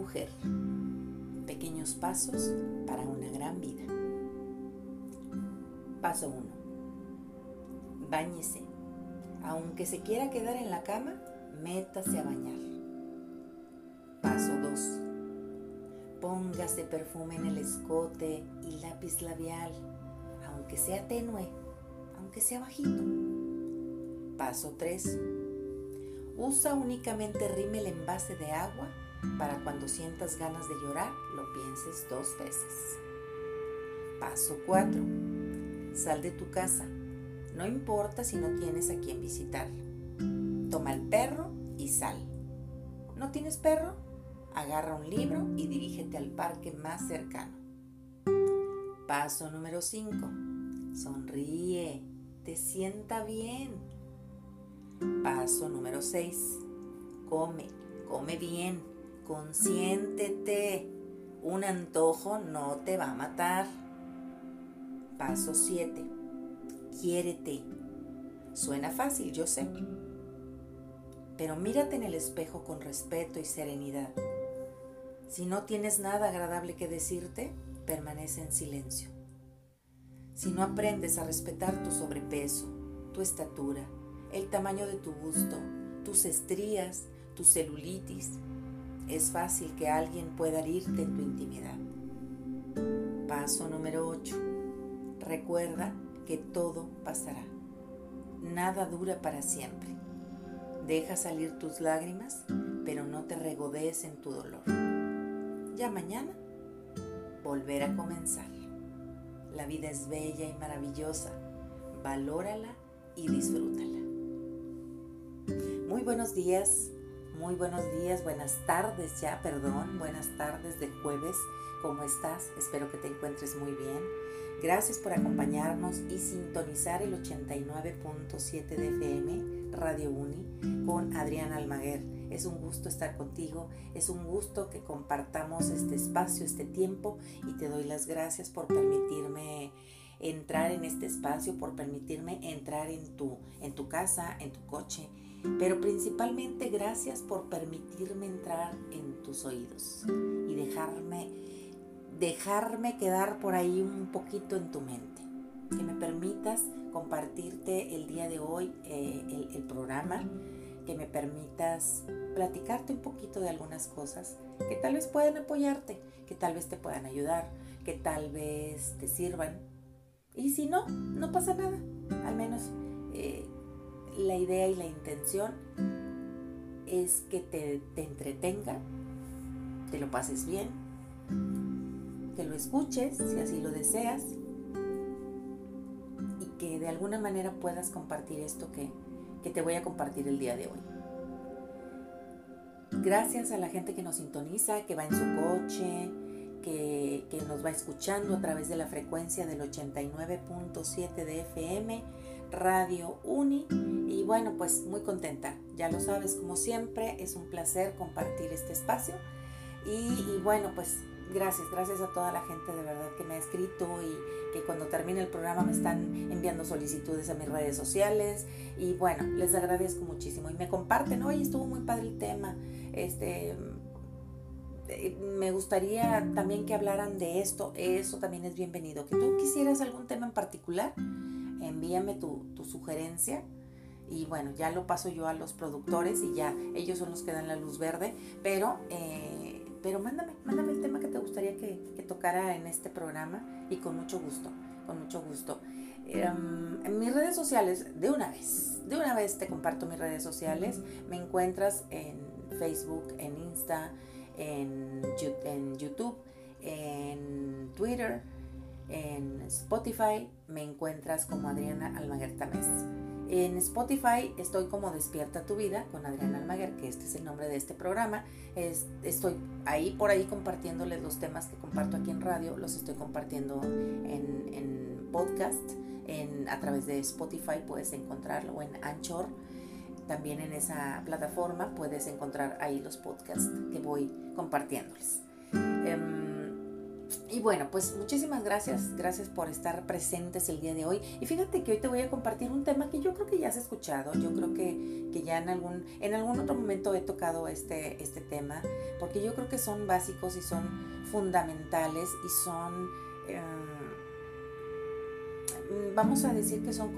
mujer. Pequeños pasos para una gran vida. Paso 1. Báñese. Aunque se quiera quedar en la cama, métase a bañar. Paso 2. Póngase perfume en el escote y lápiz labial, aunque sea tenue, aunque sea bajito. Paso 3. Usa únicamente rímel en base de agua para cuando sientas ganas de llorar, lo pienses 2 veces. Paso 4. Sal de tu casa. No importa si no tienes a quien visitar. Toma el perro y sal. ¿No tienes perro? Agarra un libro y dirígete al parque más cercano. Paso número 5. Sonríe. Te sienta bien. Paso número 6. Come bien. Consiéntete. Un antojo no te va a matar. Paso 7. Quiérete. Suena fácil, yo sé. Pero mírate en el espejo con respeto y serenidad. Si no tienes nada agradable que decirte, permanece en silencio. Si no aprendes a respetar tu sobrepeso, tu estatura, el tamaño de tu busto, tus estrías, tu celulitis, es fácil que alguien pueda herirte en tu intimidad. Paso número 8. Recuerda que todo pasará. Nada dura para siempre. Deja salir tus lágrimas, pero no te regodees en tu dolor. Ya mañana volverá a comenzar. La vida es bella y maravillosa. Valórala y disfrútala. Muy buenos días, buenas tardes buenas tardes de jueves. ¿Cómo estás? Espero que te encuentres muy bien. Gracias por acompañarnos y sintonizar el 89.7 de FM, Radio Uni, con Adriana Almaguer. Es un gusto estar contigo, es un gusto que compartamos este espacio, este tiempo, y te doy las gracias por permitirme entrar en este espacio, por permitirme entrar en tu casa, en tu coche, pero principalmente gracias por permitirme entrar en tus oídos y dejarme quedar por ahí un poquito en tu mente. Que me permitas compartirte el día de hoy el programa, que me permitas platicarte un poquito de algunas cosas que tal vez puedan apoyarte, que tal vez te puedan ayudar, que tal vez te sirvan. Y si no, no pasa nada. Al menos la idea y la intención es que te entretenga, te lo pases bien, que lo escuches si así lo deseas y que de alguna manera puedas compartir esto que te voy a compartir el día de hoy. Gracias a la gente que nos sintoniza, que va en su coche, que nos va escuchando a través de la frecuencia del 89.7 de FM, Radio Uni. Y bueno, pues muy contenta. Ya lo sabes, como siempre, es un placer compartir este espacio. Y bueno, pues gracias a toda la gente de verdad que me ha escrito y que cuando termine el programa me están enviando solicitudes a mis redes sociales. Y bueno, les agradezco muchísimo. Y me comparten, oye, estuvo muy padre el tema. Me gustaría también que hablaran de esto. Eso también es bienvenido. Que tú quisieras algún tema en particular, envíame tu sugerencia y bueno, ya lo paso yo a los productores y ya ellos son los que dan la luz verde, pero mándame el tema que te gustaría que tocara en este programa y con mucho gusto. En mis redes sociales, de una vez te comparto mis redes sociales. Me encuentras en Facebook, en Insta, en YouTube, en Twitter, en Spotify. Me encuentras como Adriana Almaguer Tamés. En Spotify estoy como Despierta tu Vida con Adriana Almaguer, que este es el nombre de este programa. Estoy por ahí compartiéndoles los temas que comparto aquí en radio, los estoy compartiendo en podcast, a través de Spotify puedes encontrarlo, o en Anchor. También en esa plataforma puedes encontrar ahí los podcasts que voy compartiéndoles. Y bueno, pues muchísimas gracias por estar presentes el día de hoy. Y fíjate que hoy te voy a compartir un tema que yo creo que ya has escuchado. Yo creo que ya en algún otro momento he tocado este tema, porque yo creo que son básicos y son fundamentales y son, vamos a decir que son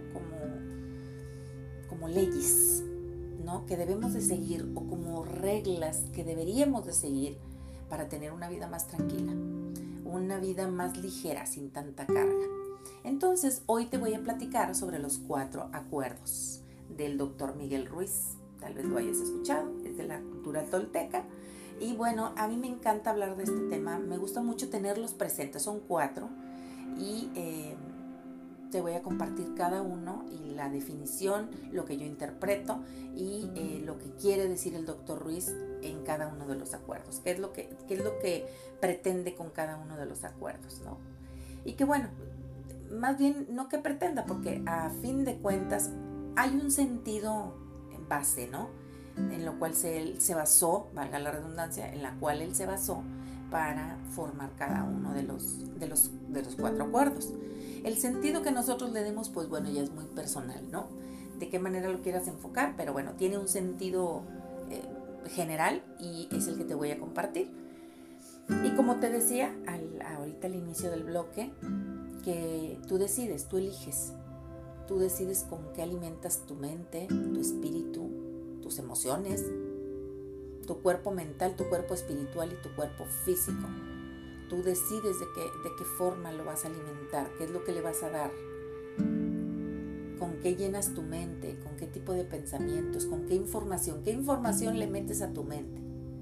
como leyes, ¿no? Que debemos de seguir, o como reglas que deberíamos de seguir para tener una vida más tranquila, una vida más ligera, sin tanta carga. Entonces, hoy te voy a platicar sobre los 4 acuerdos del doctor Miguel Ruiz. Tal vez lo hayas escuchado, es de la cultura tolteca. Y bueno, a mí me encanta hablar de este tema, me gusta mucho tenerlos presentes, son 4. Y te voy a compartir cada uno y la definición, lo que yo interpreto y lo que quiere decir el doctor Ruiz en cada uno de los acuerdos, qué es lo que pretende con cada uno de los acuerdos, ¿no? Y que bueno, más bien no que pretenda, porque a fin de cuentas hay un sentido en base, ¿no? En lo cual él se basó, valga la redundancia, en la cual él se basó para formar cada uno de los 4 acuerdos. El sentido que nosotros le demos, pues bueno, ya es muy personal, ¿no? De qué manera lo quieras enfocar, pero bueno, tiene un sentido general y es el que te voy a compartir. Y como te decía ahorita al inicio del bloque, que tú decides, tú eliges con qué alimentas tu mente, tu espíritu, tus emociones, tu cuerpo mental, tu cuerpo espiritual y tu cuerpo físico. Tú decides de qué forma lo vas a alimentar, qué es lo que le vas a dar, con qué llenas tu mente, con qué tipo de pensamientos, con qué información le metes a tu mente.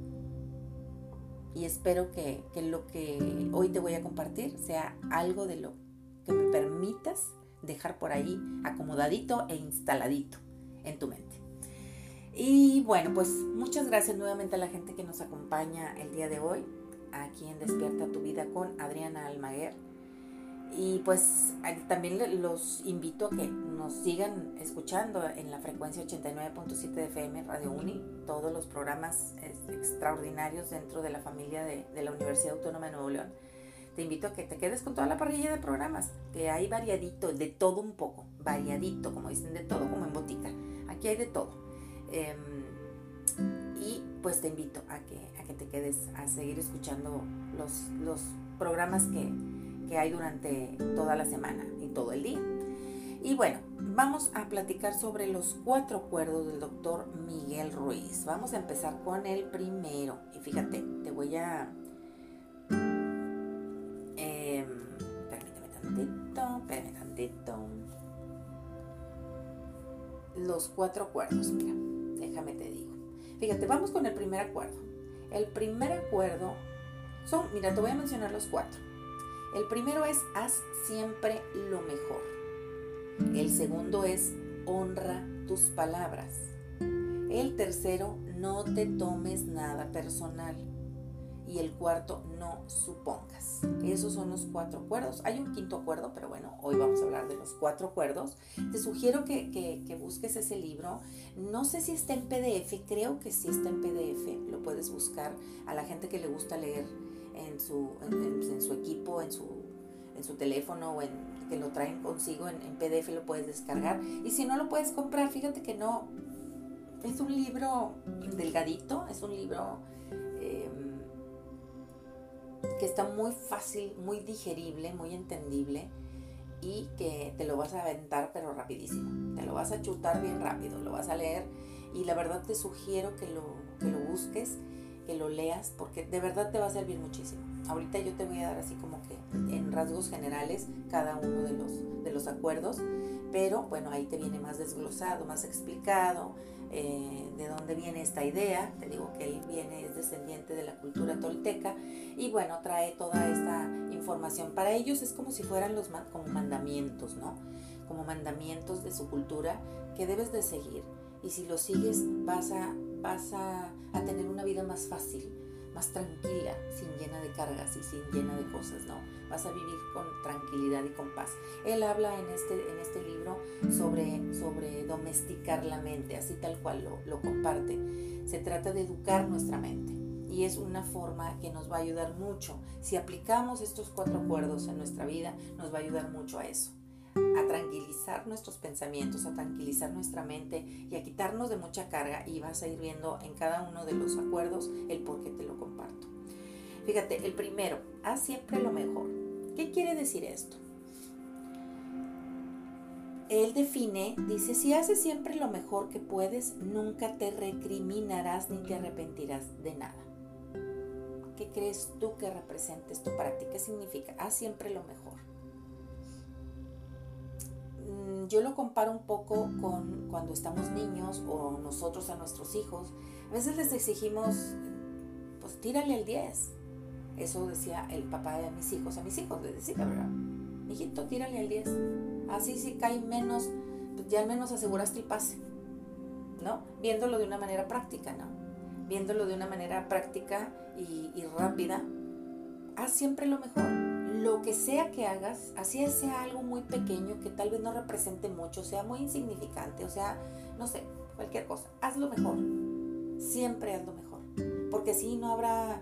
Y espero que lo que hoy te voy a compartir sea algo de lo que me permitas dejar por ahí acomodadito e instaladito en tu mente. Y bueno, pues muchas gracias nuevamente a la gente que nos acompaña el día de hoy, aquí en Despierta tu Vida con Adriana Almaguer. Y pues también los invito a que nos sigan escuchando en la frecuencia 89.7 de FM Radio Uni, todos los programas extraordinarios dentro de la familia de la Universidad Autónoma de Nuevo León. Te invito a que te quedes con toda la parrilla de programas, que hay variadito, de todo un poco, variadito, como dicen, de todo como en botica. Aquí hay de todo. Y pues te invito a que te quedes a seguir escuchando los programas que hay durante toda la semana y todo el día. Y bueno, vamos a platicar sobre los 4 acuerdos del doctor Miguel Ruiz. Vamos a empezar con el primero. Y fíjate, te voy a... Permíteme tantito. Los 4 acuerdos, mira, déjame te digo. Fíjate, vamos con el primer acuerdo. El primer acuerdo mira, te voy a mencionar los 4. El primero es: haz siempre lo mejor. El segundo es: honra tus palabras. El tercero: no te tomes nada personal. Y el cuarto: no supongas. Esos son los 4 acuerdos. Hay un 5º acuerdo, pero bueno, hoy vamos a hablar de los 4 acuerdos. Te sugiero que busques ese libro. No sé si está en PDF, creo que sí está en PDF. Lo puedes buscar. A la gente que le gusta leer en su equipo, en su teléfono, o que lo traen consigo en PDF, lo puedes descargar. Y si no lo puedes comprar, fíjate que no. Es un libro delgadito, es un libro que está muy fácil, muy digerible, muy entendible, y que te lo vas a aventar pero rapidísimo. Te lo vas a chutar bien rápido, lo vas a leer, y la verdad te sugiero que lo busques, que lo leas, porque de verdad te va a servir muchísimo. Ahorita yo te voy a dar así como que en rasgos generales cada uno de los acuerdos, pero bueno, ahí te viene más desglosado, más explicado de dónde viene esta idea. Te digo que él es descendiente de la cultura tolteca, y bueno, trae toda esta información. Para ellos es como si fueran como mandamientos, ¿no? Como mandamientos de su cultura que debes de seguir, y si lo sigues vas a tener una vida más fácil, más tranquila, sin llena de cargas y sin llena de cosas, ¿no? Vas a vivir con tranquilidad y con paz. Él habla en este libro sobre domesticar la mente, así tal cual lo comparte. Se trata de educar nuestra mente, y es una forma que nos va a ayudar mucho. Si aplicamos estos 4 acuerdos en nuestra vida, nos va a ayudar mucho a eso, a tranquilizar nuestros pensamientos, a tranquilizar nuestra mente y a quitarnos de mucha carga, y vas a ir viendo en cada uno de los acuerdos el por qué te lo comparto. Fíjate, el primero, haz siempre lo mejor. ¿Qué quiere decir esto? Él dice, si haces siempre lo mejor que puedes, nunca te recriminarás ni te arrepentirás de nada. ¿Qué crees tú que representa esto para ti? ¿Qué significa? Haz siempre lo mejor. Yo lo comparo un poco con cuando estamos niños o nosotros a nuestros hijos. A veces les exigimos, pues tírale el 10. Eso decía el papá de mis hijos a mis hijos, les decía, ¿verdad? Hijito, tírale al 10. Así si cae menos, pues ya al menos aseguraste el pase, ¿no? Viéndolo de una manera práctica, ¿no? Viéndolo de una manera práctica y rápida, haz siempre lo mejor. Lo que sea que hagas, así sea algo muy pequeño que tal vez no represente mucho, sea muy insignificante, o sea, no sé, cualquier cosa, haz lo mejor. Siempre haz lo mejor. Porque así no habrá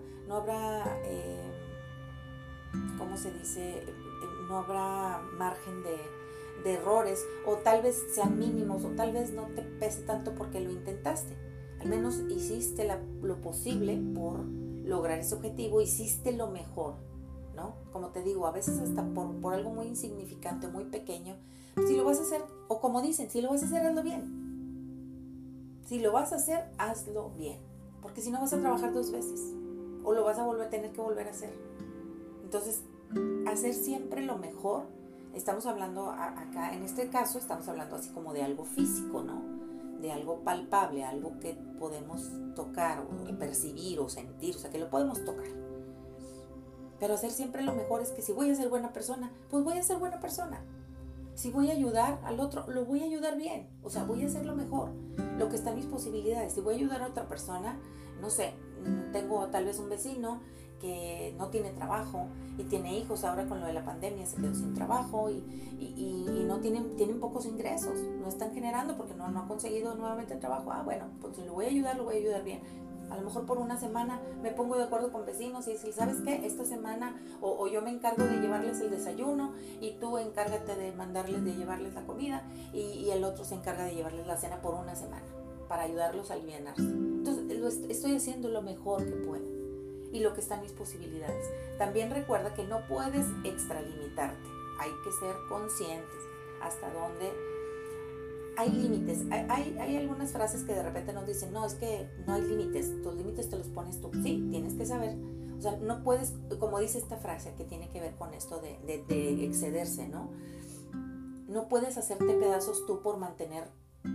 ¿cómo se dice? No habrá margen de errores, o tal vez sean mínimos, o tal vez no te pese tanto porque lo intentaste. Al menos hiciste lo posible por lograr ese objetivo, hiciste lo mejor, ¿no? Como te digo, a veces hasta por algo muy insignificante, muy pequeño, si lo vas a hacer, o como dicen, si lo vas a hacer, hazlo bien. Si lo vas a hacer, hazlo bien, porque si no vas a trabajar 2 veces, o lo vas a tener que volver a hacer. Entonces, hacer siempre lo mejor. Estamos hablando acá, en este caso, estamos hablando así como de algo físico, ¿no? De algo palpable, algo que podemos tocar o percibir o sentir, o sea, que lo podemos tocar. Pero hacer siempre lo mejor es que si voy a ser buena persona, pues voy a ser buena persona. Si voy a ayudar al otro, lo voy a ayudar bien. O sea, voy a hacer lo mejor, lo que está en mis posibilidades. Si voy a ayudar a otra persona, no sé, tengo tal vez un vecino que no tiene trabajo y tiene hijos, ahora con lo de la pandemia se quedó sin trabajo y no tienen pocos ingresos, no están generando porque no ha conseguido nuevamente el trabajo. Bueno, pues si lo voy a ayudar bien. A lo mejor por una semana me pongo de acuerdo con vecinos y decir, ¿sabes qué? Esta semana o yo me encargo de llevarles el desayuno y tú encárgate de llevarles la comida y el otro se encarga de llevarles la cena por una semana para ayudarlos a alivianarse. Entonces estoy haciendo lo mejor que puedo y lo que está en mis posibilidades. También recuerda que no puedes extralimitarte, hay que ser conscientes hasta dónde. Hay límites, hay algunas frases que de repente nos dicen, no, es que no hay límites, los límites te los pones tú. Sí, tienes que saber, o sea, no puedes, como dice esta frase que tiene que ver con esto de excederse, ¿no? No puedes hacerte pedazos tú por mantener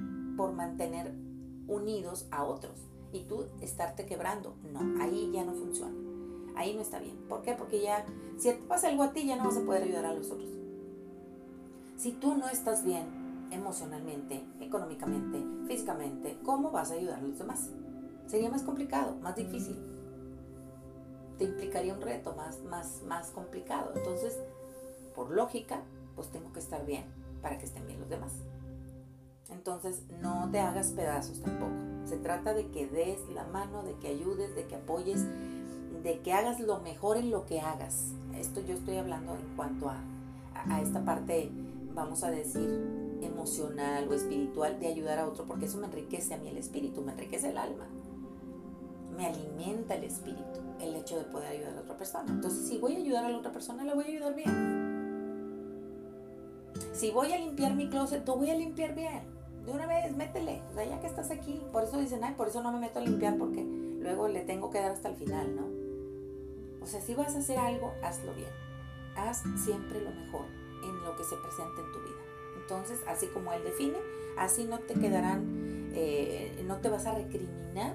unidos a otros y tú estarte quebrando. No, ahí ya no funciona, ahí no está bien. ¿Por qué? Porque ya, si te pasa algo a ti, ya no vas a poder ayudar a los otros. Si tú no estás bien emocionalmente, económicamente, físicamente, ¿cómo vas a ayudar a los demás? Sería más complicado, más difícil. Te implicaría un reto más complicado. Entonces, por lógica, pues tengo que estar bien para que estén bien los demás. Entonces, no te hagas pedazos tampoco. Se trata de que des la mano, de que ayudes, de que apoyes, de que hagas lo mejor en lo que hagas. Esto yo estoy hablando en cuanto a esta parte, vamos a decir, emocional o espiritual, de ayudar a otro, porque eso me enriquece a mí el espíritu, me enriquece el alma, me alimenta el espíritu, el hecho de poder ayudar a otra persona. Entonces, si voy a ayudar a la otra persona, la voy a ayudar bien. Si voy a limpiar mi closet, lo voy a limpiar bien. De una vez, métele, o sea, ya que estás aquí. Por eso dicen, por eso no me meto a limpiar, porque luego le tengo que dar hasta el final, ¿no? O sea, si vas a hacer algo, hazlo bien. Haz siempre lo mejor en lo que se presente en tu vida. Entonces, así como él define, así no te quedarán, no te vas a recriminar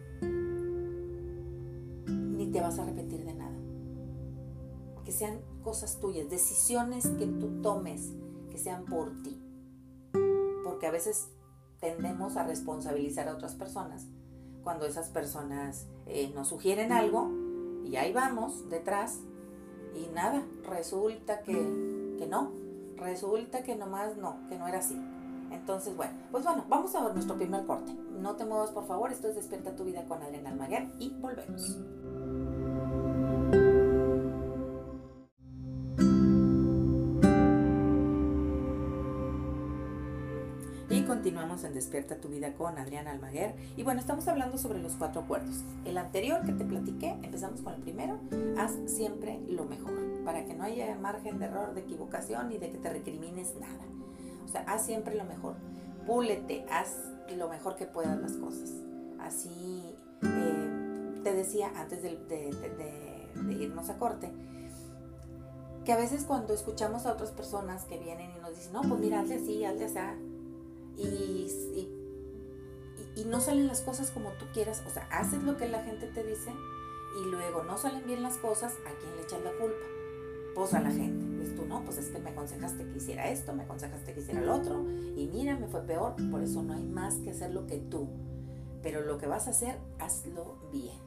ni te vas a arrepentir de nada. Que sean cosas tuyas, decisiones que tú tomes, que sean por ti. Porque a veces tendemos a responsabilizar a otras personas cuando esas personas nos sugieren algo y ahí vamos detrás y nada, resulta que no. Resulta que nomás no, que no era así. Entonces, bueno, vamos a ver nuestro primer corte. No te muevas, por favor. Esto es Despierta tu Vida con Adriana Almaguer y volvemos. Y continuamos en Despierta tu Vida con Adriana Almaguer. Y bueno, estamos hablando sobre los 4 acuerdos. El anterior que te platiqué, empezamos con el primero. Haz siempre lo mejor, para que no haya margen de error, de equivocación y de que te recrimines nada. O sea, haz siempre lo mejor. Púlete, haz lo mejor que puedas las cosas. Así te decía antes de irnos a corte, que a veces cuando escuchamos a otras personas que vienen y nos dicen, no, pues mira, hazle así, hazle así, y no salen las cosas como tú quieras, o sea, haces lo que la gente te dice y luego no salen bien las cosas, ¿a quién le echas la culpa? Pues a la gente. Pues tú no, pues es que me aconsejaste que hiciera esto, me aconsejaste que hiciera lo otro y mira, me fue peor. Por eso no hay más que hacer lo que tú, pero lo que vas a hacer, hazlo bien.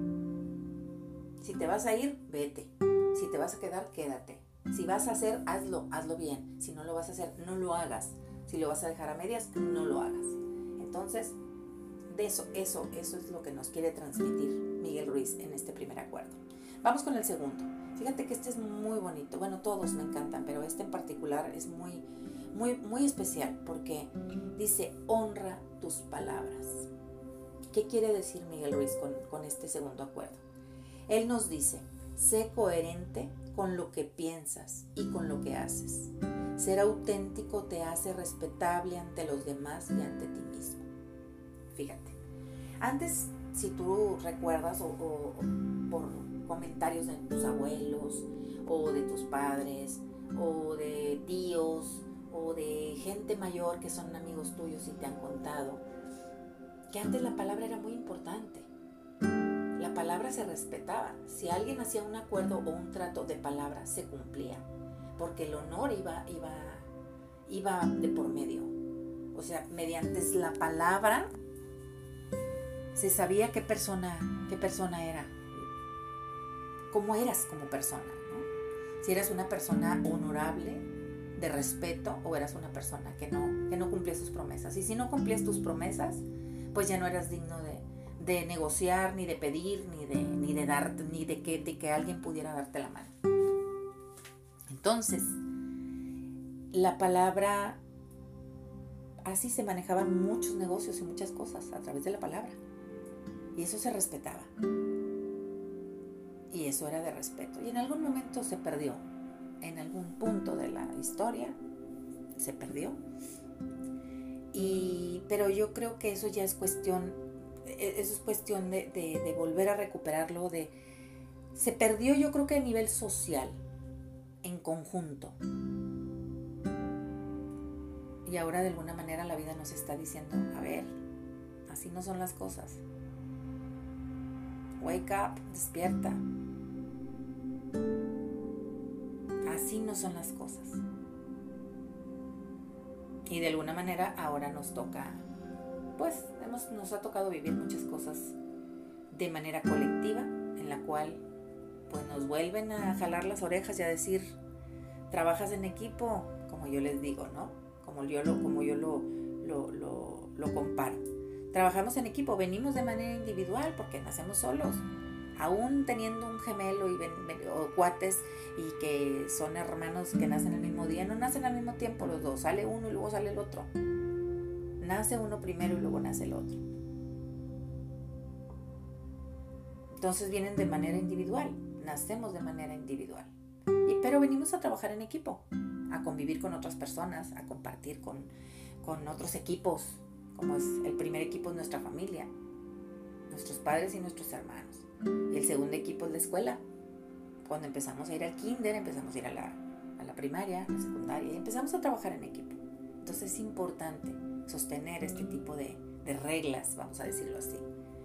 Si te vas a ir, vete. Si te vas a quedar, quédate. Si vas a hacer, hazlo bien. Si no lo vas a hacer, no lo hagas. Si lo vas a dejar a medias, no lo hagas. Entonces, eso es lo que nos quiere transmitir Miguel Ruiz en este primer acuerdo. Vamos con el segundo. Fíjate que este es muy bonito. Bueno, todos me encantan, pero este en particular es muy, muy, muy especial porque dice, honra tus palabras. ¿Qué quiere decir Miguel Ruiz con este segundo acuerdo? Él nos dice, sé coherente con lo que piensas y con lo que haces. Ser auténtico te hace respetable ante los demás y ante ti mismo. Fíjate, antes, si tú recuerdas o por comentarios de tus abuelos o de tus padres o de tíos o de gente mayor que son amigos tuyos y te han contado que antes la palabra era muy importante. La palabra se respetaba. Si alguien hacía un acuerdo o un trato de palabra, se cumplía, porque el honor iba de por medio. O sea, mediante la palabra se sabía qué persona era, cómo eras como persona, ¿no? Si eras una persona honorable, de respeto, o eras una persona que no cumplía sus promesas. Y si no cumplías tus promesas, pues ya no eras digno de negociar, ni de pedir, ni de darte, ni de que alguien pudiera darte la mano. Entonces, la palabra, así se manejaban muchos negocios y muchas cosas a través de la palabra. Y eso se respetaba. Y eso era de respeto. Y en algún momento se perdió. En algún punto de la historia se perdió. Pero yo creo que eso ya es cuestión de volver a recuperarlo. Se perdió, yo creo que a nivel social, en conjunto. Y ahora de alguna manera la vida nos está diciendo, a ver, así no son las cosas. Wake up, despierta. Así no son las cosas. Y de alguna manera ahora nos toca, pues nos ha tocado vivir muchas cosas de manera colectiva, en la cual pues nos vuelven a jalar las orejas y a decir, trabajas en equipo, como yo les digo, ¿no? Como yo lo comparo. Trabajamos en equipo, venimos de manera individual porque nacemos solos. Aún teniendo un gemelo o cuates y que son hermanos que nacen el mismo día, no nacen al mismo tiempo los dos, sale uno y luego sale el otro. Nace uno primero y luego nace el otro. Entonces vienen de manera individual, nacemos de manera individual. Pero venimos a trabajar en equipo, a convivir con otras personas, a compartir con otros equipos, como es el primer equipo es nuestra familia, nuestros padres y nuestros hermanos. Y el segundo equipo es la escuela. Cuando empezamos a ir al kinder, empezamos a ir a la primaria, a la secundaria, y empezamos a trabajar en equipo. Entonces es importante sostener este tipo de reglas, vamos a decirlo así,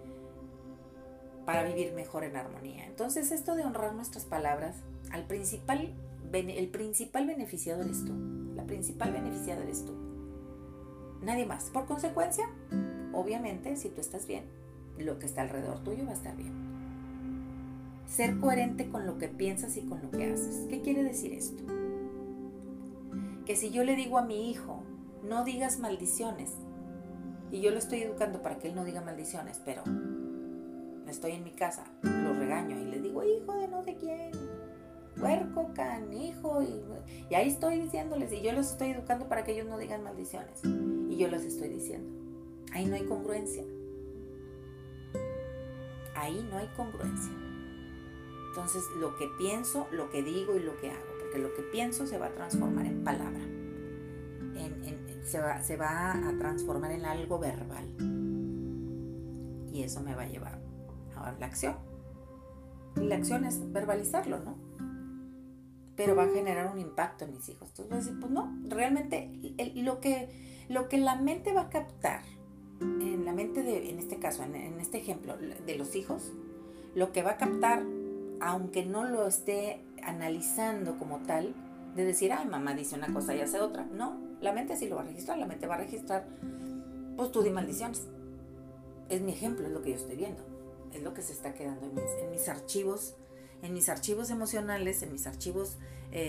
para vivir mejor en armonía. Entonces esto de honrar nuestras palabras, el principal beneficiado eres tú. La principal beneficiada eres tú. Nadie más. Por consecuencia, obviamente, si tú estás bien, lo que está alrededor tuyo va a estar bien. Ser coherente con lo que piensas y con lo que haces. ¿Qué quiere decir esto? Que si yo le digo a mi hijo, no digas maldiciones. Y yo lo estoy educando para que él no diga maldiciones, pero estoy en mi casa, lo regaño y le digo, hijo de no sé quién, puerco, canijo, y ahí estoy diciéndoles, y yo los estoy educando para que ellos no digan maldiciones. Y yo los estoy diciendo. Ahí no hay congruencia. Ahí no hay congruencia. Entonces, lo que pienso, lo que digo y lo que hago, porque lo que pienso se va a transformar en palabra. Se va a transformar en algo verbal. Y eso me va a llevar a la acción. Y la acción es verbalizarlo, ¿no? Pero va a generar un impacto en mis hijos. Entonces voy a decir, pues no, realmente lo que la mente va a captar, en la mente en este caso, en este ejemplo de los hijos, lo que va a captar, aunque no lo esté analizando como tal, de decir, ay, mamá dice una cosa y hace otra. No, la mente sí lo va a registrar. La mente va a registrar, pues tú di maldiciones. Es mi ejemplo, es lo que yo estoy viendo. Es lo que se está quedando en mis archivos, emocionales, en mis archivos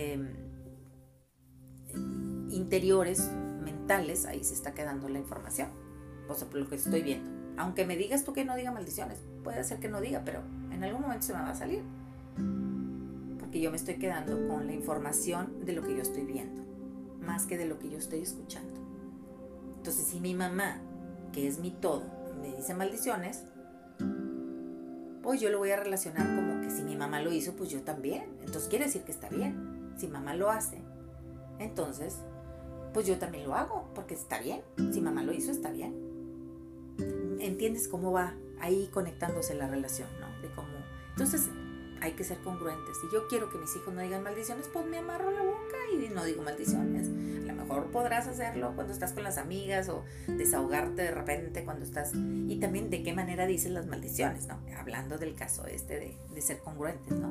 interiores, mentales. Ahí se está quedando la información. O sea, por lo que estoy viendo. Aunque me digas tú que no diga maldiciones, puede ser que no diga, pero en algún momento se me va a salir. Porque yo me estoy quedando con la información de lo que yo estoy viendo, más que de lo que yo estoy escuchando. Entonces, si mi mamá, que es mi todo, me dice maldiciones, pues yo lo voy a relacionar como que si mi mamá lo hizo, pues yo también. Entonces quiere decir que está bien. Si mamá lo hace, entonces, pues yo también lo hago, porque está bien. Si mamá lo hizo, está bien. ¿Entiendes cómo va ahí conectándose la relación, no? De cómo. Entonces, hay que ser congruentes. Si yo quiero que mis hijos no digan maldiciones, pues me amarro la boca y no digo maldiciones. A lo mejor podrás hacerlo cuando estás con las amigas o desahogarte de repente cuando estás. Y también de qué manera dices las maldiciones, ¿no? Hablando del caso de ser congruentes, ¿no?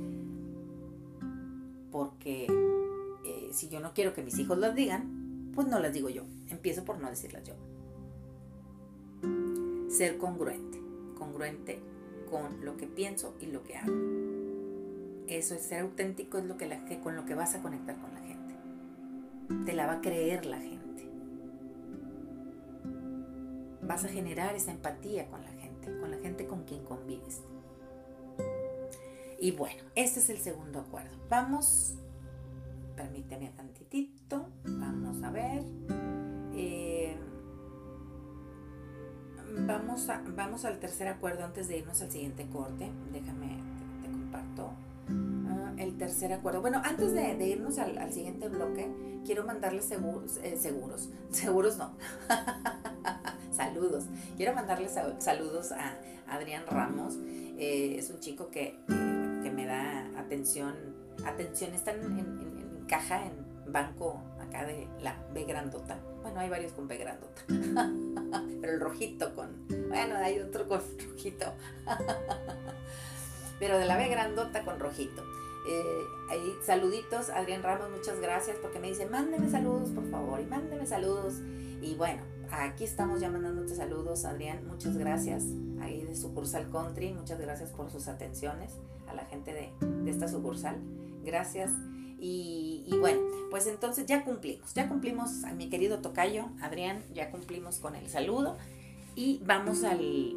Porque si yo no quiero que mis hijos las digan, pues no las digo yo. Empiezo por no decirlas yo. Ser congruente con lo que pienso y lo que hago. Eso es ser auténtico, es con lo que vas a conectar con la gente. Te la va a creer la gente. Vas a generar esa empatía con la gente con quien convives. Y bueno, este es el segundo acuerdo. Permíteme tantitito, vamos a ver. Vamos al tercer acuerdo antes de irnos al siguiente corte. Déjame, te comparto el tercer acuerdo. Bueno, antes de irnos al siguiente bloque, quiero mandarles seguros no, saludos. Quiero mandarles saludos a Adrián Ramos. Es un chico que me da atención. Está en caja, en banco acá de la B grandota. Bueno, hay varios con B grandota. Pero el rojito hay otro con rojito. Pero de la B grandota con rojito. Ahí, saluditos, Adrián Ramos, muchas gracias, porque me dice, mándeme saludos, por favor, y mándeme saludos. Y bueno, aquí estamos ya mandándote saludos, Adrián, muchas gracias. Ahí de Sucursal Country, muchas gracias por sus atenciones a la gente de esta sucursal. Gracias. Y bueno, pues entonces ya cumplimos a mi querido tocayo Adrián, ya cumplimos con el saludo y vamos al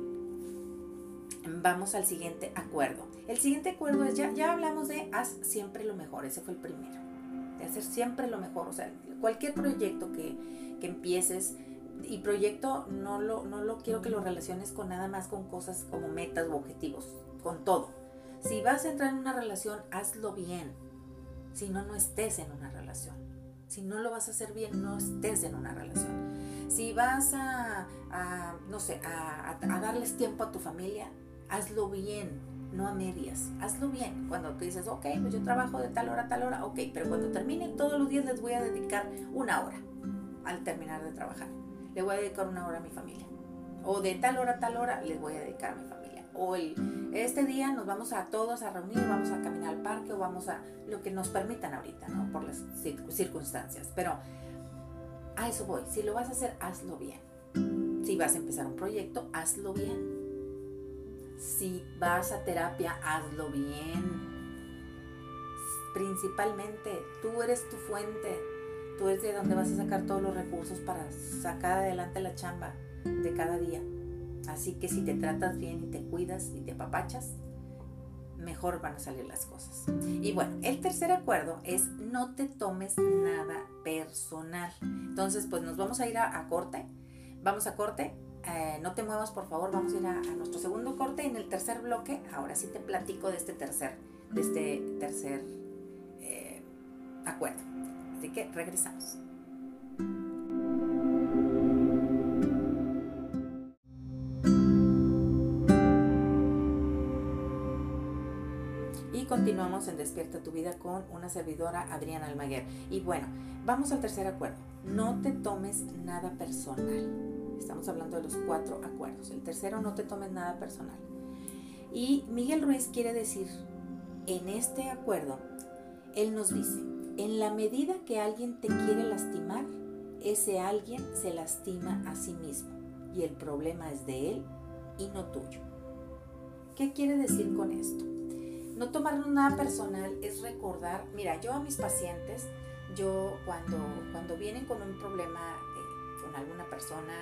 siguiente acuerdo. El siguiente acuerdo es, ya hablamos de haz siempre lo mejor, ese fue el primero, de hacer siempre lo mejor. O sea, cualquier proyecto que empieces, y proyecto no lo quiero que lo relaciones con nada más con cosas como metas u objetivos, con todo. Si vas a entrar en una relación, hazlo bien. Si no, no estés en una relación. Si no lo vas a hacer bien, no estés en una relación. Si vas a darles tiempo a tu familia, hazlo bien, no a medias. Hazlo bien. Cuando tú dices, ok, pues yo trabajo de tal hora a tal hora, ok, pero cuando termine todos los días les voy a dedicar 1 hora al terminar de trabajar. Le voy a dedicar 1 hora a mi familia. O de tal hora a tal hora les voy a dedicar a mi familia. O este día nos vamos a todos a reunir, vamos a caminar al parque o vamos a lo que nos permitan ahorita, ¿no? Por las circunstancias. Pero a eso voy. Si lo vas a hacer, hazlo bien. Si vas a empezar un proyecto, hazlo bien. Si vas a terapia, hazlo bien. Principalmente, tú eres tu fuente. Tú es de donde vas a sacar todos los recursos para sacar adelante la chamba de cada día. Así que si te tratas bien y te cuidas y te apapachas, mejor van a salir las cosas. Y bueno, el tercer acuerdo es no te tomes nada personal. Entonces, pues nos vamos a ir a corte. Vamos a corte. No te muevas, por favor. Vamos a ir a nuestro segundo corte. En el tercer bloque, ahora sí te platico de este tercer acuerdo. Así que regresamos. Y continuamos en Despierta tu Vida con una servidora, Adriana Almaguer. Y bueno, vamos al tercer acuerdo. No te tomes nada personal. Estamos hablando de los 4 acuerdos. El tercero, no te tomes nada personal. Y Miguel Ruiz quiere decir, en este acuerdo, él nos dice, en la medida que alguien te quiere lastimar, ese alguien se lastima a sí mismo y el problema es de él y no tuyo. ¿Qué quiere decir con esto? No tomarnos nada personal es recordar, mira, yo a mis pacientes, yo cuando vienen con un problema con alguna persona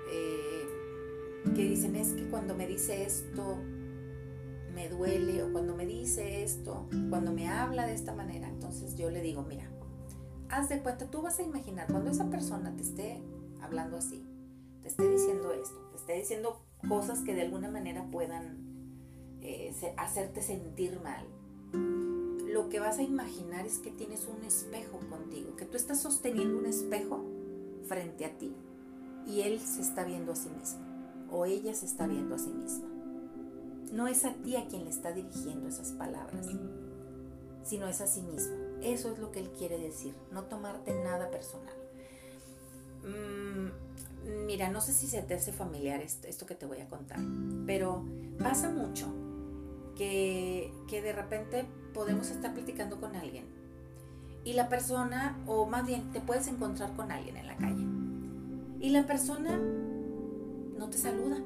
que dicen, es que cuando me dice esto me duele, o cuando me dice esto, cuando me habla de esta manera, entonces yo le digo, mira, haz de cuenta, tú vas a imaginar cuando esa persona te esté hablando así, te esté diciendo esto, te esté diciendo cosas que de alguna manera puedan hacerte sentir mal. Lo que vas a imaginar es que tienes un espejo contigo, que tú estás sosteniendo un espejo frente a ti y él se está viendo a sí mismo o ella se está viendo a sí misma. No es a ti a quien le está dirigiendo esas palabras, sino es a sí mismo. Eso es lo que él quiere decir, no tomarte nada personal. Mira, no sé si se te hace familiar esto que te voy a contar, pero pasa mucho que de repente podemos estar platicando con alguien y la persona, o más bien te puedes encontrar con alguien en la calle y la persona no te saluda,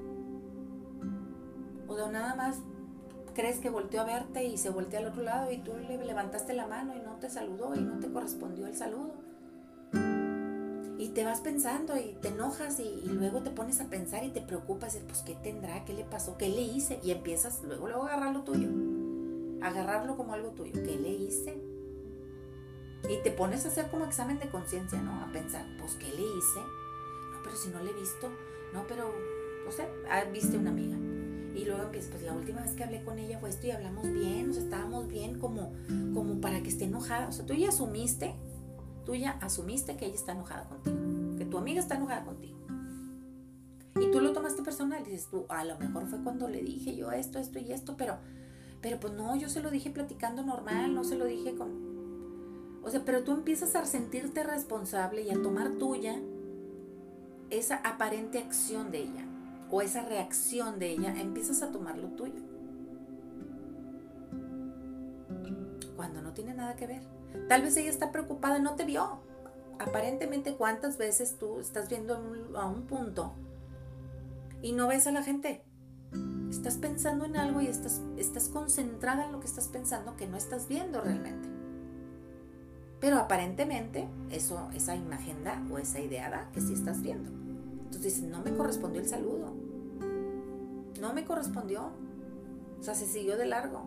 o de nada más crees que volteó a verte y se voltea al otro lado y tú le levantaste la mano y no te saludó y no te correspondió el saludo. Y te vas pensando y te enojas y luego te pones a pensar y te preocupas, pues ¿qué tendrá? ¿Qué le pasó? ¿Qué le hice? Y empiezas luego a agarrar lo tuyo, agarrarlo como algo tuyo. ¿Qué le hice? Y te pones a hacer como examen de conciencia, ¿no? A pensar, pues ¿qué le hice? No, pero si no le he visto. No, pero, no sé, viste una amiga. Y luego empiezas, pues la última vez que hablé con ella fue esto y hablamos bien, o sea, estábamos bien como para que esté enojada. O sea, tú ya asumiste que ella está enojada contigo, que tu amiga está enojada contigo. Y tú lo tomaste personal, dices tú, a lo mejor fue cuando le dije yo esto y esto, pero pues no, yo se lo dije platicando normal, no se lo dije con... O sea, pero tú empiezas a sentirte responsable y a tomar tuya esa aparente acción de ella o esa reacción de ella, empiezas a tomar lo tuyo. Cuando no tiene nada que ver. Tal vez ella está preocupada, no te vio. Aparentemente, ¿cuántas veces tú estás viendo a un punto y no ves a la gente? Estás pensando en algo y estás concentrada en lo que estás pensando que no estás viendo realmente. Pero aparentemente esa imagen da o esa idea da que sí estás viendo. Entonces dices, no me correspondió el saludo. No me correspondió. O sea, se siguió de largo.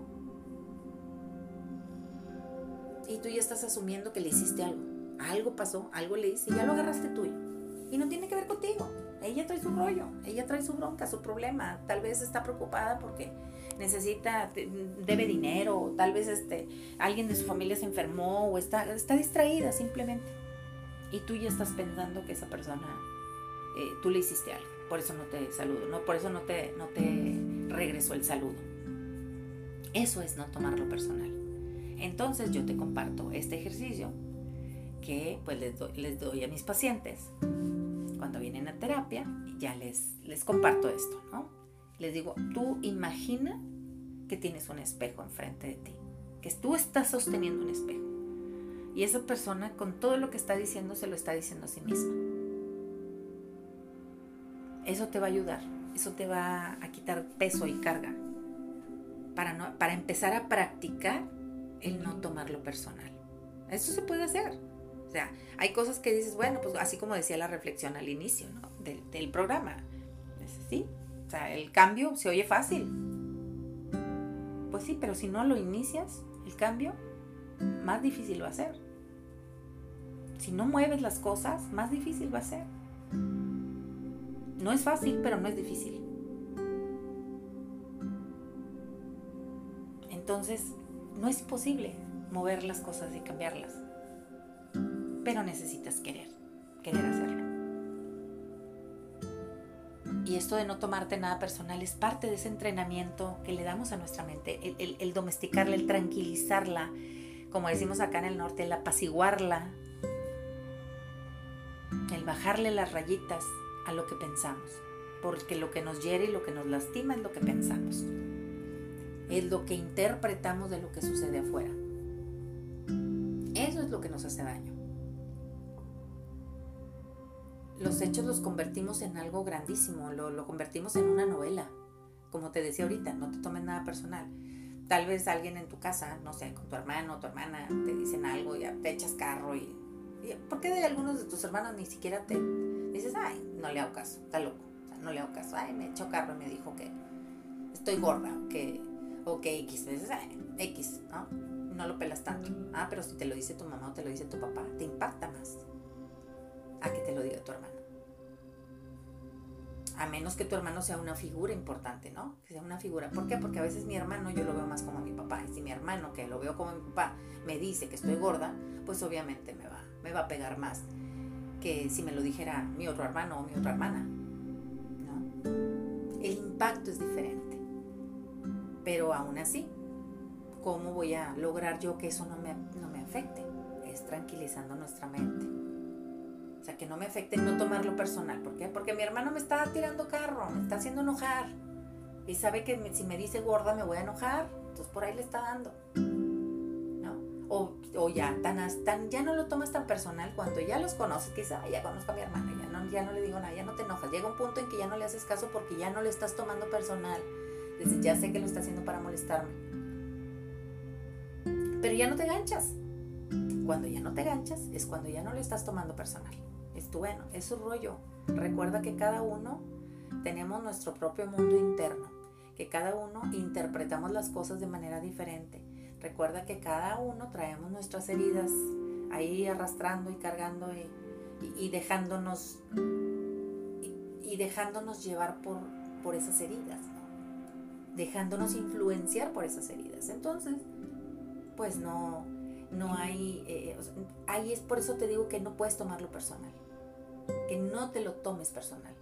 Y tú ya estás asumiendo que le hiciste algo. Algo pasó, algo le hice y ya lo agarraste tuyo. Y no tiene que ver contigo. Ella trae su rollo, ella trae su bronca, su problema. Tal vez está preocupada porque debe dinero, o tal vez alguien de su familia se enfermó o está distraída simplemente. Y tú ya estás pensando que esa persona, tú le hiciste algo. Por eso no te saludo, ¿no? Por eso no te regresó el saludo. Eso es no tomarlo personal. Entonces yo te comparto este ejercicio que pues les doy a mis pacientes cuando vienen a terapia. Ya les comparto esto, ¿no? Les digo, tú imagina que tienes un espejo enfrente de ti, que tú estás sosteniendo un espejo y esa persona con todo lo que está diciendo se lo está diciendo a sí misma. Eso te va a ayudar, eso te va a quitar peso y carga para empezar a practicar el no tomarlo personal. Eso se puede hacer. sea, hay cosas que dices, bueno, pues así como decía la reflexión al inicio, ¿no? del programa. Sí, o sea, el cambio se oye fácil. Pues sí, pero si no lo inicias, el cambio, más difícil va a ser. Si no mueves las cosas, más difícil va a ser. No es fácil, pero no es difícil. Entonces, no es imposible mover las cosas y cambiarlas. Pero necesitas querer hacerlo. Y esto de no tomarte nada personal es parte de ese entrenamiento que le damos a nuestra mente, el domesticarla, el tranquilizarla, como decimos acá en el norte, el apaciguarla, el bajarle las rayitas a lo que pensamos, porque lo que nos hiere y lo que nos lastima es lo que pensamos, es lo que interpretamos de lo que sucede afuera. Eso es lo que nos hace daño. Los hechos los convertimos en algo grandísimo, lo convertimos en una novela. Como te decía ahorita, no te tomes nada personal. Tal vez alguien en tu casa, no sé, con tu hermano o tu hermana, te dicen algo y ya te echas carro y ¿por qué de algunos de tus hermanos ni siquiera te dices, ay, no le hago caso, está loco? O sea, no le hago caso, ay, me echó carro y me dijo que estoy gorda o que X, dices, ay, X, ¿no? No lo pelas tanto. Ah, pero si te lo dice tu mamá o te lo dice tu papá, te impacta más a que te lo diga tu hermano. A menos que tu hermano sea una figura importante, ¿no? Que sea una figura. ¿Por qué? Porque a veces mi hermano yo lo veo más como mi papá. Y si mi hermano, que lo veo como mi papá, me dice que estoy gorda, pues obviamente me va a pegar más que si me lo dijera mi otro hermano o mi otra hermana, ¿no? El impacto es diferente. Pero aún así, ¿cómo voy a lograr yo que eso no me afecte? Es tranquilizando nuestra mente. O sea, que no me afecte, no tomarlo personal. ¿Por qué? Porque mi hermano me está tirando carro, me está haciendo enojar. Y sabe que si me dice gorda me voy a enojar. Entonces por ahí le está dando, ¿no? O ya, ya no lo tomas tan personal cuando ya los conoces. Que dices, ya conozco a mi hermano, ya no le digo nada, ya no te enojas. Llega un punto en que ya no le haces caso porque ya no le estás tomando personal. Dices, ya sé que lo está haciendo para molestarme. Pero ya no te ganchas. Cuando ya no te ganchas es cuando ya no lo estás tomando personal. Bueno, es su rollo. Recuerda que cada uno tenemos nuestro propio mundo interno, que cada uno interpretamos las cosas de manera diferente. Recuerda que cada uno traemos nuestras heridas ahí arrastrando y cargando y dejándonos llevar por esas heridas, ¿no? Dejándonos influenciar por esas heridas. Entonces, pues no hay, ahí es por eso te digo que no puedes tomarlo personal. Que no te lo tomes personal,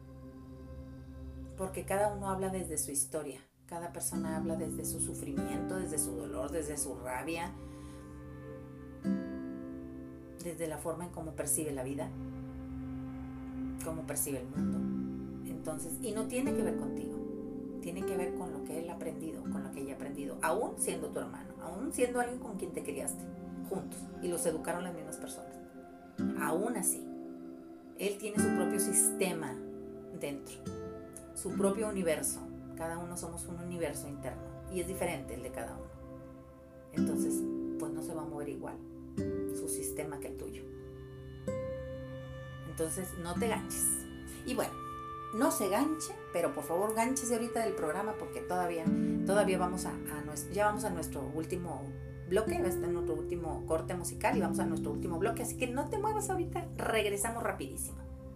porque cada uno habla desde su historia, cada persona habla desde su sufrimiento, desde su dolor, desde su rabia, desde la forma en cómo percibe la vida, cómo percibe el mundo. Entonces, y no tiene que ver contigo, tiene que ver con lo que él ha aprendido, con lo que ella ha aprendido, aún siendo tu hermano, aún siendo alguien con quien te criaste juntos y los educaron las mismas personas. Aún así, él tiene su propio sistema dentro, su propio universo. Cada uno somos un universo interno y es diferente el de cada uno. Entonces, pues no se va a mover igual su sistema que el tuyo. Entonces, no te ganches. Y bueno, no se ganche, pero por favor gánchese ahorita del programa porque todavía vamos ya vamos a nuestro último bloque, está en nuestro último corte musical y vamos a nuestro último bloque, así que no te muevas ahorita, regresamos rapidísimo.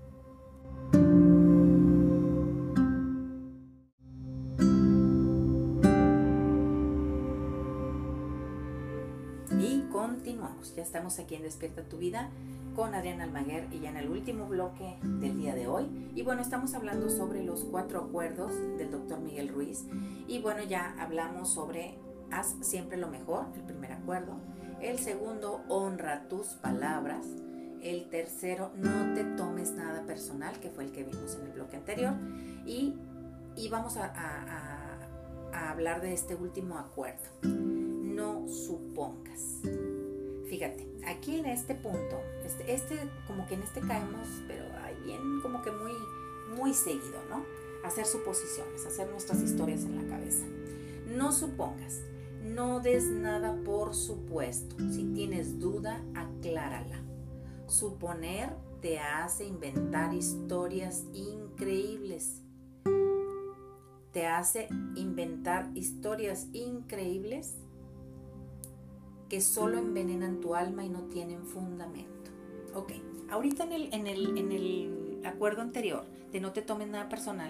Y continuamos, ya estamos aquí en Despierta tu Vida con Adriana Almaguer y ya en el último bloque del día de hoy. Y bueno, estamos hablando sobre los 4 acuerdos del Dr. Miguel Ruiz. Y bueno, ya hablamos sobre haz siempre lo mejor, el primer acuerdo. El segundo, honra tus palabras. El tercero, no te tomes nada personal, que fue el que vimos en el bloque anterior. Y vamos a hablar de este último acuerdo. No supongas. Fíjate, aquí en este punto, como que en este caemos, pero ahí bien como que muy seguido, ¿no? Hacer suposiciones, hacer nuestras historias en la cabeza. No supongas, no des nada por supuesto. Si tienes duda, aclárala. Suponer te hace inventar historias increíbles. Te hace inventar historias increíbles que solo envenenan tu alma y no tienen fundamento. Ok, ahorita en el acuerdo anterior de no te tomes nada personal,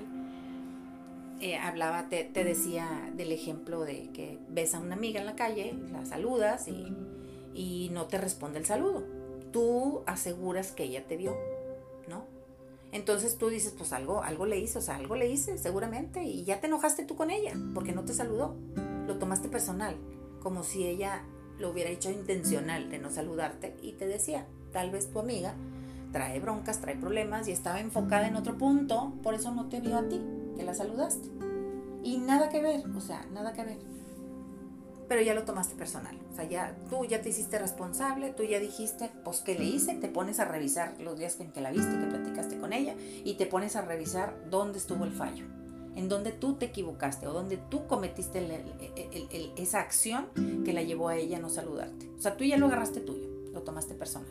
te decía del ejemplo de que ves a una amiga en la calle, la saludas y no te responde el saludo. Tú aseguras que ella te vio, ¿no? Entonces tú dices, pues algo le hice, algo le hice seguramente, y ya te enojaste tú con ella porque no te saludó. Lo tomaste personal, como si ella lo hubiera hecho intencional de no saludarte, y te decía, tal vez tu amiga trae broncas, trae problemas y estaba enfocada en otro punto, por eso no te vio a ti, que la saludaste. Y nada que ver, nada que ver. Pero ya lo tomaste personal, tú ya te hiciste responsable, tú ya dijiste, pues ¿qué le hice? Te pones a revisar los días en que la viste, que platicaste con ella, y te pones a revisar dónde estuvo el fallo, en dónde tú te equivocaste o dónde tú cometiste esa acción que la llevó a ella a no saludarte. Tú ya lo agarraste tuyo, lo tomaste personal.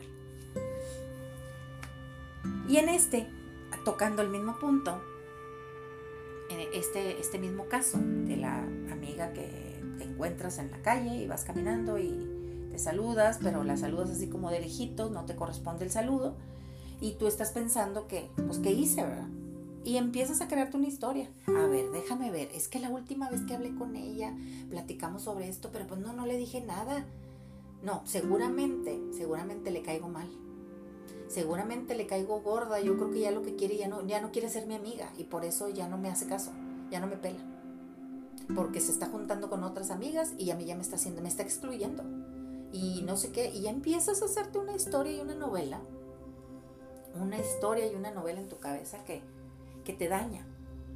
Y tocando el mismo punto, en este mismo caso de la amiga que te encuentras en la calle y vas caminando y te saludas, pero la saludas así como de lejitos, no te corresponde el saludo, y tú estás pensando que, pues, ¿qué hice, verdad? Y empiezas a crearte una historia. A ver, déjame ver, es que la última vez que hablé con ella, platicamos sobre esto, pero pues no le dije nada. No, seguramente le caigo mal. Seguramente le caigo gorda, yo creo que ya lo que quiere, ya no quiere ser mi amiga, y por eso ya no me hace caso, ya no me pela, porque se está juntando con otras amigas y a mí ya me está excluyendo y no sé qué, y ya empiezas a hacerte una historia y una novela en tu cabeza que te daña.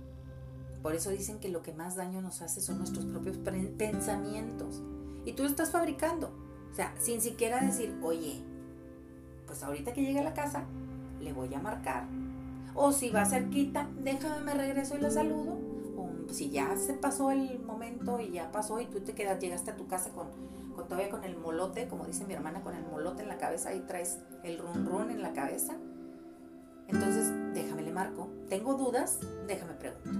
Por eso dicen que lo que más daño nos hace son nuestros propios pensamientos, y tú lo estás fabricando, sin siquiera decir, oye, pues ahorita que llegue a la casa le voy a marcar, o si va cerquita, déjame, me regreso y la saludo, o si ya se pasó el momento y ya pasó y tú llegaste a tu casa todavía con el molote, como dice mi hermana, con el molote en la cabeza, y traes el run run en la cabeza, entonces déjame, le marco. Tengo dudas, déjame pregunto.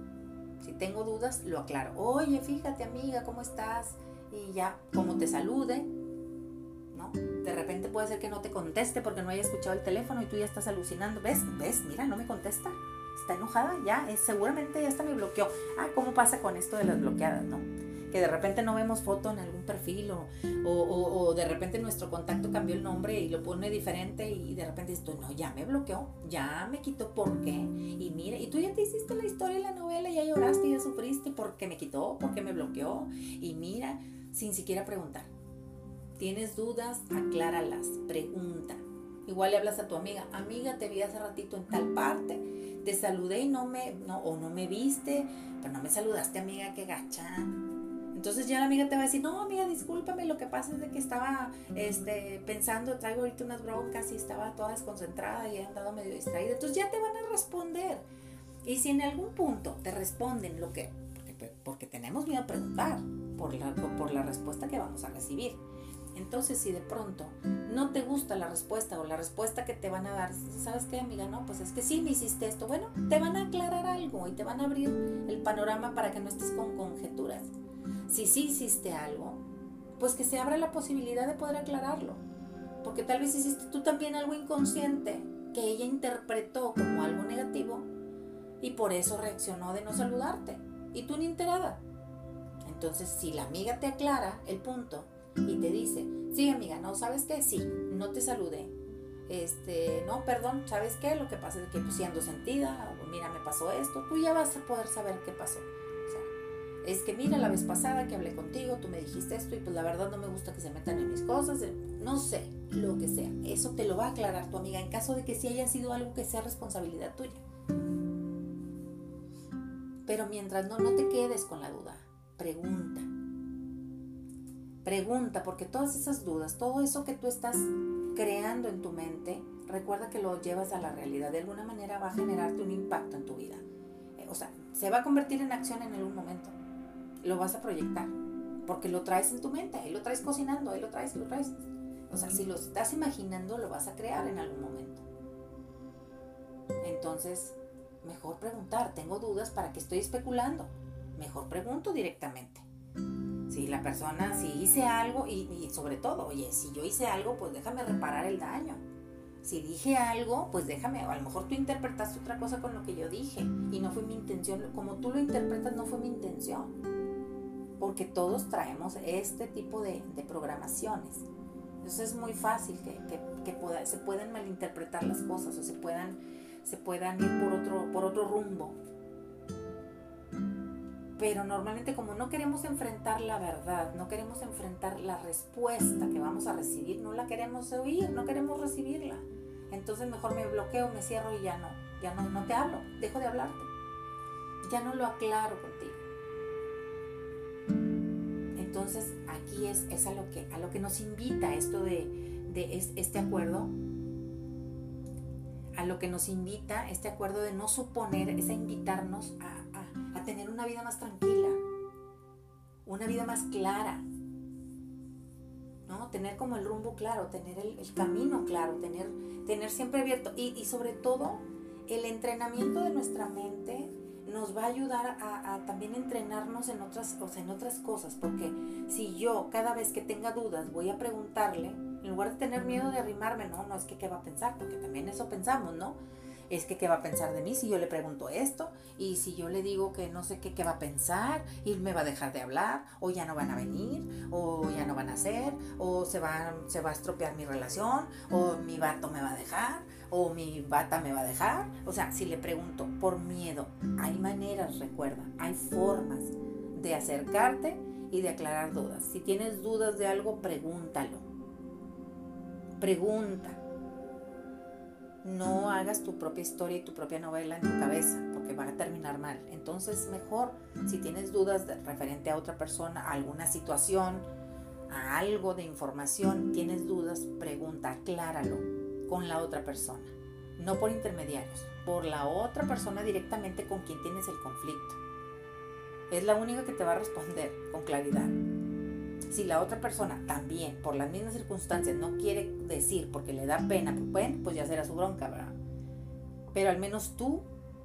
Si tengo dudas, lo aclaro. Oye, fíjate, amiga, ¿cómo estás? Y ya, como te salude, ¿no? De repente puede ser que no te conteste porque no haya escuchado el teléfono y tú ya estás alucinando. ¿Ves? Mira, no me contesta. Está enojada, ya, seguramente ya hasta me bloqueó. ¿Cómo pasa con esto de las bloqueadas, no? Que de repente no vemos foto en algún perfil o de repente nuestro contacto cambió el nombre y lo pone diferente, y de repente dices, no, ya me bloqueó, ya me quitó, ¿por qué? Y mira, y tú ya te hiciste la historia y la novela, ya lloraste, ya sufriste porque me quitó, porque me bloqueó, y mira, sin siquiera preguntar. ¿Tienes dudas? Acláralas, pregunta. Igual le hablas a tu amiga, te vi hace ratito en tal parte, te saludé y no me viste, pero no me saludaste, amiga, qué gacha. Entonces ya la amiga te va a decir, no, amiga, discúlpame, lo que pasa es de que estaba pensando, traigo ahorita unas broncas y estaba toda desconcentrada y he andado medio distraída. Entonces ya te van a responder. Y si en algún punto te responden porque tenemos miedo a preguntar por la respuesta que vamos a recibir. Entonces, si de pronto no te gusta la respuesta o la respuesta que te van a dar, ¿sabes qué, amiga? No, pues es que sí me hiciste esto. Bueno, te van a aclarar algo y te van a abrir el panorama para que no estés con conjeturas. Si sí hiciste algo, pues que se abra la posibilidad de poder aclararlo. Porque tal vez hiciste tú también algo inconsciente que ella interpretó como algo negativo y por eso reaccionó de no saludarte. Y tú ni enterada. Entonces, si la amiga te aclara el punto y te dice, sí, amiga, no, ¿sabes qué? Sí, no te saludé. No, perdón, ¿sabes qué? Lo que pasa es que pues, si ando sentida, o mira, me pasó esto, tú ya vas a poder saber qué pasó. Es que mira, la vez pasada que hablé contigo, tú me dijiste esto y pues la verdad no me gusta que se metan en mis cosas, no sé, lo que sea. Eso te lo va a aclarar tu amiga en caso de que sí haya sido algo que sea responsabilidad tuya. Pero mientras no te quedes con la duda, pregunta. Pregunta, porque todas esas dudas, todo eso que tú estás creando en tu mente, recuerda que lo llevas a la realidad. De alguna manera va a generarte un impacto en tu vida. Se va a convertir en acción en algún momento. Lo vas a proyectar, porque lo traes en tu mente, ahí lo traes cocinando, ahí lo traes. O sea, si lo estás imaginando, lo vas a crear en algún momento. Entonces, mejor preguntar. Tengo dudas, ¿para qué estoy especulando? Mejor pregunto directamente. Si la persona, si hice algo, y sobre todo, oye, si yo hice algo, pues déjame reparar el daño. Si dije algo, pues déjame, o a lo mejor tú interpretaste otra cosa con lo que yo dije y no fue mi intención, como tú lo interpretas no fue mi intención, porque todos traemos este tipo de programaciones. Entonces es muy fácil que se puedan malinterpretar las cosas o se puedan ir por otro rumbo. Pero normalmente, como no queremos enfrentar la verdad, no queremos enfrentar la respuesta que vamos a recibir, no la queremos oír, no queremos recibirla. Entonces mejor me bloqueo, me cierro y ya no te hablo, dejo de hablarte. Ya no lo aclaro contigo. Entonces aquí es a lo que nos invita esto de este acuerdo, a lo que nos invita este acuerdo de no suponer, es a invitarnos a tener una vida más tranquila, una vida más clara, ¿no? Tener como el rumbo claro, tener el camino claro, tener siempre abierto y sobre todo el entrenamiento de nuestra mente nos va a ayudar a también entrenarnos en otras cosas, porque si yo cada vez que tenga dudas voy a preguntarle, en lugar de tener miedo de arrimarme, no es que qué va a pensar, porque también eso pensamos, ¿no? Es que qué va a pensar de mí si yo le pregunto esto, y si yo le digo que no sé qué va a pensar, y me va a dejar de hablar, o ya no van a venir, o ya no van a hacer, o se va a estropear mi relación, o mi vato me va a dejar, o mi bata me va a dejar. O sea, si le pregunto por miedo, hay maneras, recuerda, hay formas de acercarte y de aclarar dudas. Si tienes dudas de algo, pregúntalo. Pregunta. No hagas tu propia historia y tu propia novela en tu cabeza, porque va a terminar mal. Entonces, mejor, si tienes dudas referente a otra persona, a alguna situación, a algo de información, tienes dudas, pregunta, acláralo con la otra persona. No por intermediarios, por la otra persona directamente con quien tienes el conflicto. Es la única que te va a responder con claridad. Si la otra persona también, por las mismas circunstancias, no quiere decir porque le da pena, pues ya será su bronca, ¿verdad? Pero al menos tú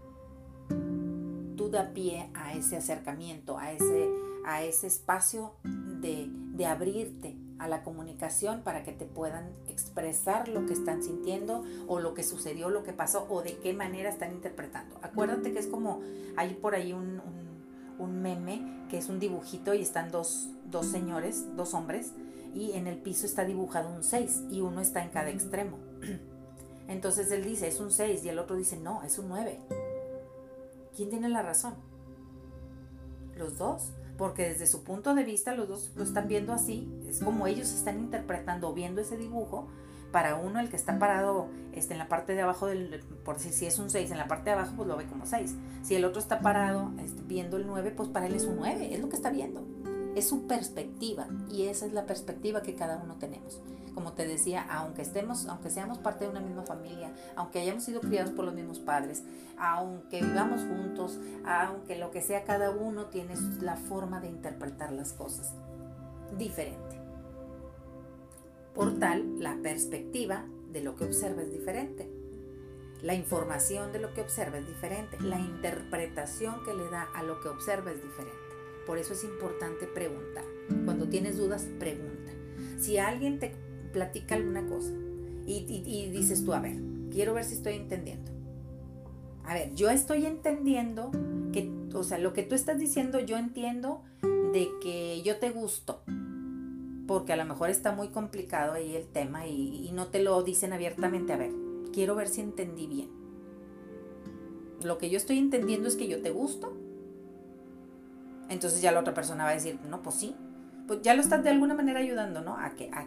da pie a ese acercamiento, a ese espacio de abrirte a la comunicación para que te puedan expresar lo que están sintiendo o lo que sucedió, lo que pasó o de qué manera están interpretando. Acuérdate que es como, hay por ahí un meme que es un dibujito y están dos señores, dos hombres, y en el piso está dibujado un 6 y uno está en cada extremo. Entonces él dice, es un 6 y el otro dice, no, es un 9. ¿Quién tiene la razón? Los dos, porque desde su punto de vista los dos lo están viendo así, es como ellos están interpretando, viendo ese dibujo. Para uno, el que está parado en la parte de abajo, por decir, si es un 6, en la parte de abajo, pues lo ve como 6. Si el otro está parado viendo el 9, pues para él es un 9, es lo que está viendo. Es su perspectiva, y esa es la perspectiva que cada uno tenemos. Como te decía, aunque seamos parte de una misma familia, aunque hayamos sido criados por los mismos padres, aunque vivamos juntos, aunque lo que sea, cada uno tiene la forma de interpretar las cosas diferente. Por tal, la perspectiva de lo que observa es diferente. La información de lo que observa es diferente. La interpretación que le da a lo que observa es diferente. Por eso es importante preguntar. Cuando tienes dudas, pregunta. Si alguien te platica alguna cosa y dices tú, a ver, quiero ver si estoy entendiendo. A ver, yo estoy entendiendo que, o sea, lo que tú estás diciendo, yo entiendo de que yo te gusto. Porque a lo mejor está muy complicado ahí el tema y no te lo dicen abiertamente. A ver, quiero ver si entendí bien. Lo que yo estoy entendiendo es que yo te gusto. Entonces ya la otra persona va a decir, no, pues sí. Pues ya lo estás de alguna manera ayudando, ¿no? A que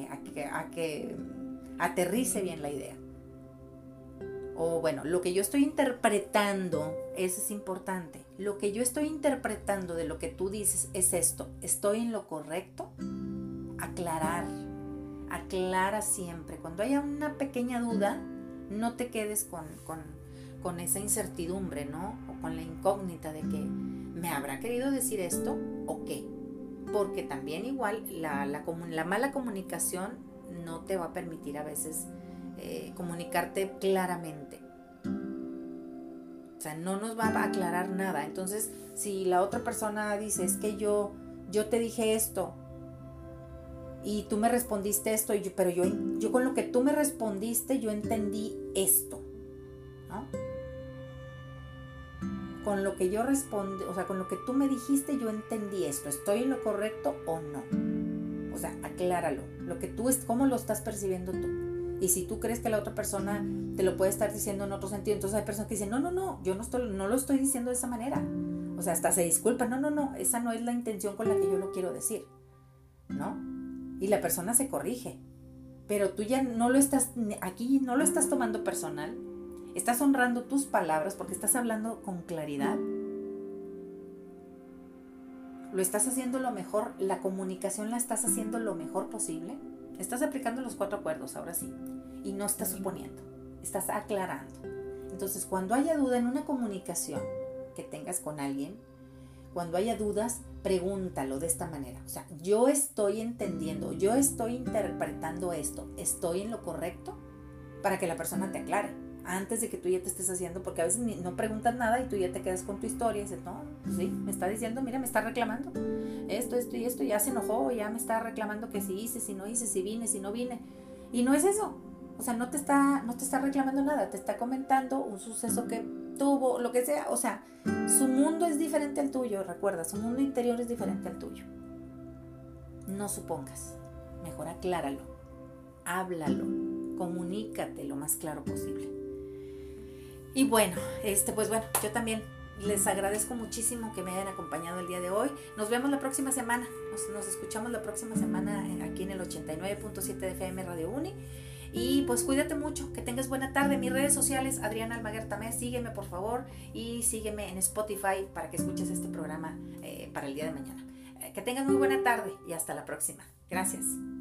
aterrice bien la idea. O bueno, lo que yo estoy interpretando, eso es importante. Lo que yo estoy interpretando de lo que tú dices es esto. ¿Estoy en lo correcto? Aclara siempre. Cuando haya una pequeña duda, no te quedes con esa incertidumbre, ¿no? O con la incógnita de que ¿me habrá querido decir esto o qué? Porque también igual la mala comunicación no te va a permitir a veces comunicarte claramente. O sea, no nos va a aclarar nada. Entonces, si la otra persona dice, es que yo te dije esto y tú me respondiste esto, pero yo con lo que tú me respondiste, yo entendí esto, ¿no? Con lo que yo respondí, o sea, con lo que tú me dijiste, yo entendí esto. ¿Estoy en lo correcto o no? O sea, acláralo. ¿Cómo lo estás percibiendo tú? Y si tú crees que la otra persona te lo puede estar diciendo en otro sentido, entonces hay personas que dicen, no, yo no lo estoy diciendo de esa manera. O sea, hasta se disculpan, no, esa no es la intención con la que yo lo quiero decir, ¿no? Y la persona se corrige. Pero tú ya no lo estás tomando personal. Estás honrando tus palabras porque estás hablando con claridad. Lo estás haciendo lo mejor, la comunicación la estás haciendo lo mejor posible. Estás aplicando los 4 acuerdos, ahora sí. Y no estás suponiendo, estás aclarando. Entonces, cuando haya duda en una comunicación que tengas con alguien, cuando haya dudas, pregúntalo de esta manera. O sea, yo estoy entendiendo, yo estoy interpretando esto, ¿estoy en lo correcto? Para que la persona te aclare antes de que tú ya te estés haciendo, porque a veces no preguntas nada y tú ya te quedas con tu historia y dices, no, pues sí, me está diciendo, mira, me está reclamando esto y esto, ya se enojó, ya me está reclamando que si hice, si no hice, si vine, si no vine. Y no es eso. O sea, no te está reclamando nada, te está comentando un suceso que tuvo, lo que sea. O sea, su mundo es diferente al tuyo, recuerda, su mundo interior es diferente al tuyo. No supongas, mejor acláralo, háblalo, comunícate lo más claro posible. Y bueno, pues bueno, yo también les agradezco muchísimo que me hayan acompañado el día de hoy. Nos vemos la próxima semana, nos escuchamos la próxima semana aquí en el 89.7 de FM Radio Uni. Y pues cuídate mucho, que tengas buena tarde. Mis redes sociales, Adriana Almaguer Tamé, sígueme por favor y sígueme en Spotify para que escuches este programa para el día de mañana. Que tengas muy buena tarde y hasta la próxima. Gracias.